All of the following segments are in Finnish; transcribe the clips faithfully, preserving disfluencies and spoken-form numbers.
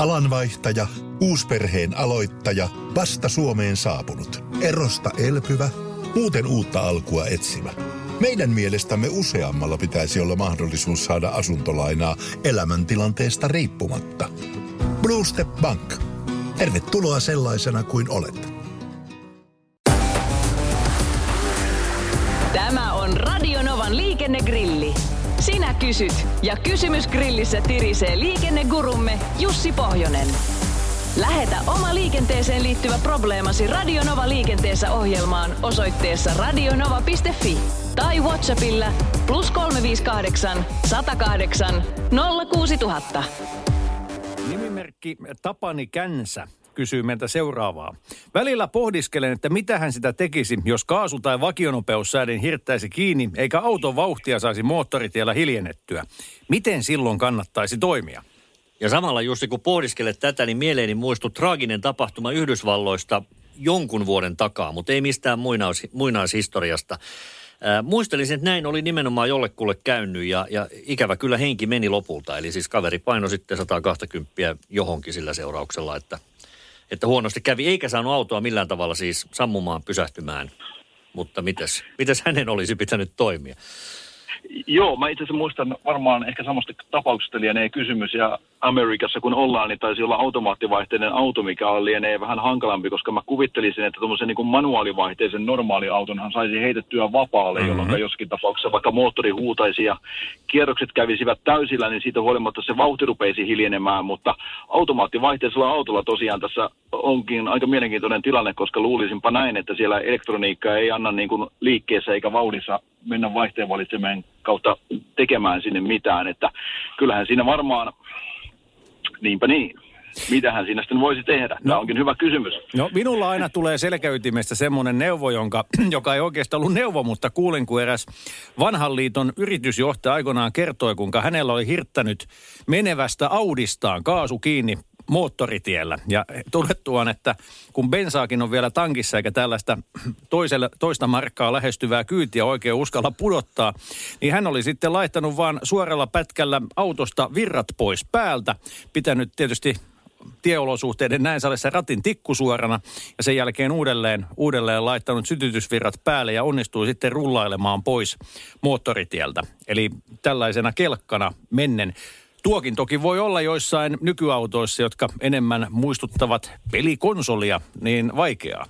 Alanvaihtaja, uusperheen aloittaja, vasta Suomeen saapunut, erosta elpyvä, muuten uutta alkua etsimä. Meidän mielestämme useammalla pitäisi olla mahdollisuus saada asuntolainaa elämäntilanteesta riippumatta. Blue Step Bank. Tervetuloa sellaisena kuin olet. Tämä on Radio Novan liikennegrilli. Sinä kysyt ja kysymys grillissä tirisee liikennegurumme Jussi Pohjonen. Lähetä oma liikenteeseen liittyvä probleemasi Radio Nova liikenteessä ohjelmaan osoitteessa radionova piste fi tai WhatsAppilla plus kolme viisi kahdeksan, sata kahdeksan, nolla kuusi nolla nolla nolla. Nimimerkki Tapani Känsä kysyy meiltä seuraavaa. Välillä pohdiskelen, että mitä hän sitä tekisi, jos kaasu- tai vakionopeussäädin hirttäisi kiinni, eikä auton vauhtia saisi moottoritiellä hiljennettyä. Miten silloin kannattaisi toimia? Ja samalla Jussi, kun pohdiskelet tätä, niin mieleeni muistui traaginen tapahtuma Yhdysvalloista jonkun vuoden takaa, mutta ei mistään muinaus, muinaishistoriasta. Äh, muistelisin, että näin oli nimenomaan jollekulle käynyt ja, ja ikävä kyllä henki meni lopulta. Eli siis kaveri painoi sitten sata kaksikymmentä johonkin sillä seurauksella, että, että huonosti kävi. Eikä saanut autoa millään tavalla siis sammumaan, pysähtymään. Mutta mites, mites hänen olisi pitänyt toimia? Joo, mä itse asiassa muistan varmaan ehkä samasta tapauksesta lienee kysymys, ja Amerikassa kun ollaan, niin taisi olla automaattivaihteinen auto, mikä on lienee vähän hankalampi, koska mä kuvittelisin, että tuommoisen niin kuin manuaalivaihteisen normaali autonhan saisi heitettyä vapaalle, mm-hmm. jolloin jossakin tapauksessa vaikka moottori huutaisi ja kierrokset kävisivät täysillä, niin siitä huolimatta se vauhti rupeisi hiljenemään, mutta automaattivaihteisella autolla tosiaan tässä onkin aika mielenkiintoinen tilanne, koska luulisinpa näin, että siellä elektroniikka ei anna niin kuin liikkeessä eikä vauhdissa mennä vaihteen valitsemeen kautta tekemään sinne mitään, että kyllähän siinä varmaan, niinpä niin, mitähän siinä sitten voisi tehdä? Tämä no, onkin hyvä kysymys. No minulla aina tulee selkäytimestä semmoinen neuvo, jonka, joka ei oikeastaan ollut neuvo, mutta kuulin, kun eräs vanhan liiton yritysjohtaja aikoinaan kertoi, kuinka hänellä oli hirttänyt menevästä Audistaan kaasu kiinni moottoritiellä. Ja todettuaan, että kun bensaakin on vielä tankissa eikä tällaista toiselle, toista markkaa lähestyvää kyytiä oikein uskalla pudottaa, niin hän oli sitten laittanut vaan suoralla pätkällä autosta virrat pois päältä, pitänyt tietysti tieolosuhteiden näin saadessa ratin tikkusuorana ja sen jälkeen uudelleen, uudelleen laittanut sytytysvirrat päälle ja onnistui sitten rullailemaan pois moottoritieltä. Eli tällaisena kelkkana mennen. Tuokin toki voi olla joissain nykyautoissa, jotka enemmän muistuttavat pelikonsolia, niin vaikeaa.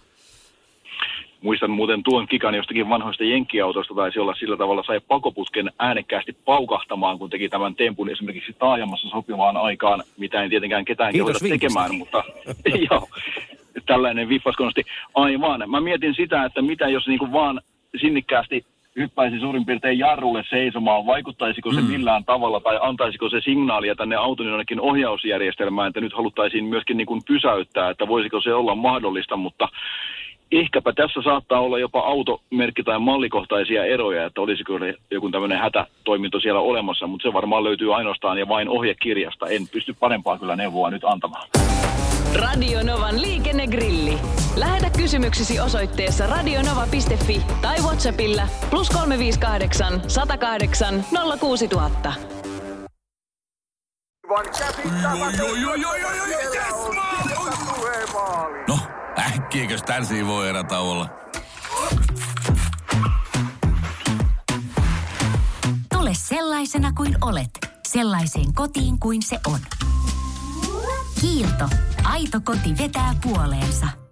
Muistan muuten tuon kikan jostakin vanhoista jenkkiautoista, taisi olla sillä tavalla, sai pakoputken äänekkäästi paukahtamaan, kun teki tämän tempun esimerkiksi taajamassa sopivaan aikaan, mitä en tietenkään ketään kehota tekemään, mutta joo, tällainen vippaskonsti. Aivan, mä mietin sitä, että mitä jos niinku vaan sinnikkäästi hyppäisi suurin piirtein jarrulle seisomaan, vaikuttaisiko se mm. millään tavalla tai antaisiko se signaalia tänne auton jonnekin ohjausjärjestelmään, että nyt haluttaisiin myöskin niin kuin pysäyttää, että voisiko se olla mahdollista, mutta ehkäpä tässä saattaa olla jopa automerkki- tai mallikohtaisia eroja, että olisiko joku tämmöinen hätätoiminto siellä olemassa, mutta se varmaan löytyy ainoastaan ja vain ohjekirjasta. En pysty parempaa kyllä neuvoa nyt antamaan. Radio Novan liikennegrilli. Lähetä kysymyksesi osoitteessa radionova piste fi tai WhatsAppilla plus kolme viisi kahdeksan, sata kahdeksan, nolla kuusi nolla nolla nolla. No, äkkiäkös tän voi erätä olla? Tule sellaisena kuin olet, sellaiseen kotiin kuin se on. Kiilto. Aito koti vetää puoleensa.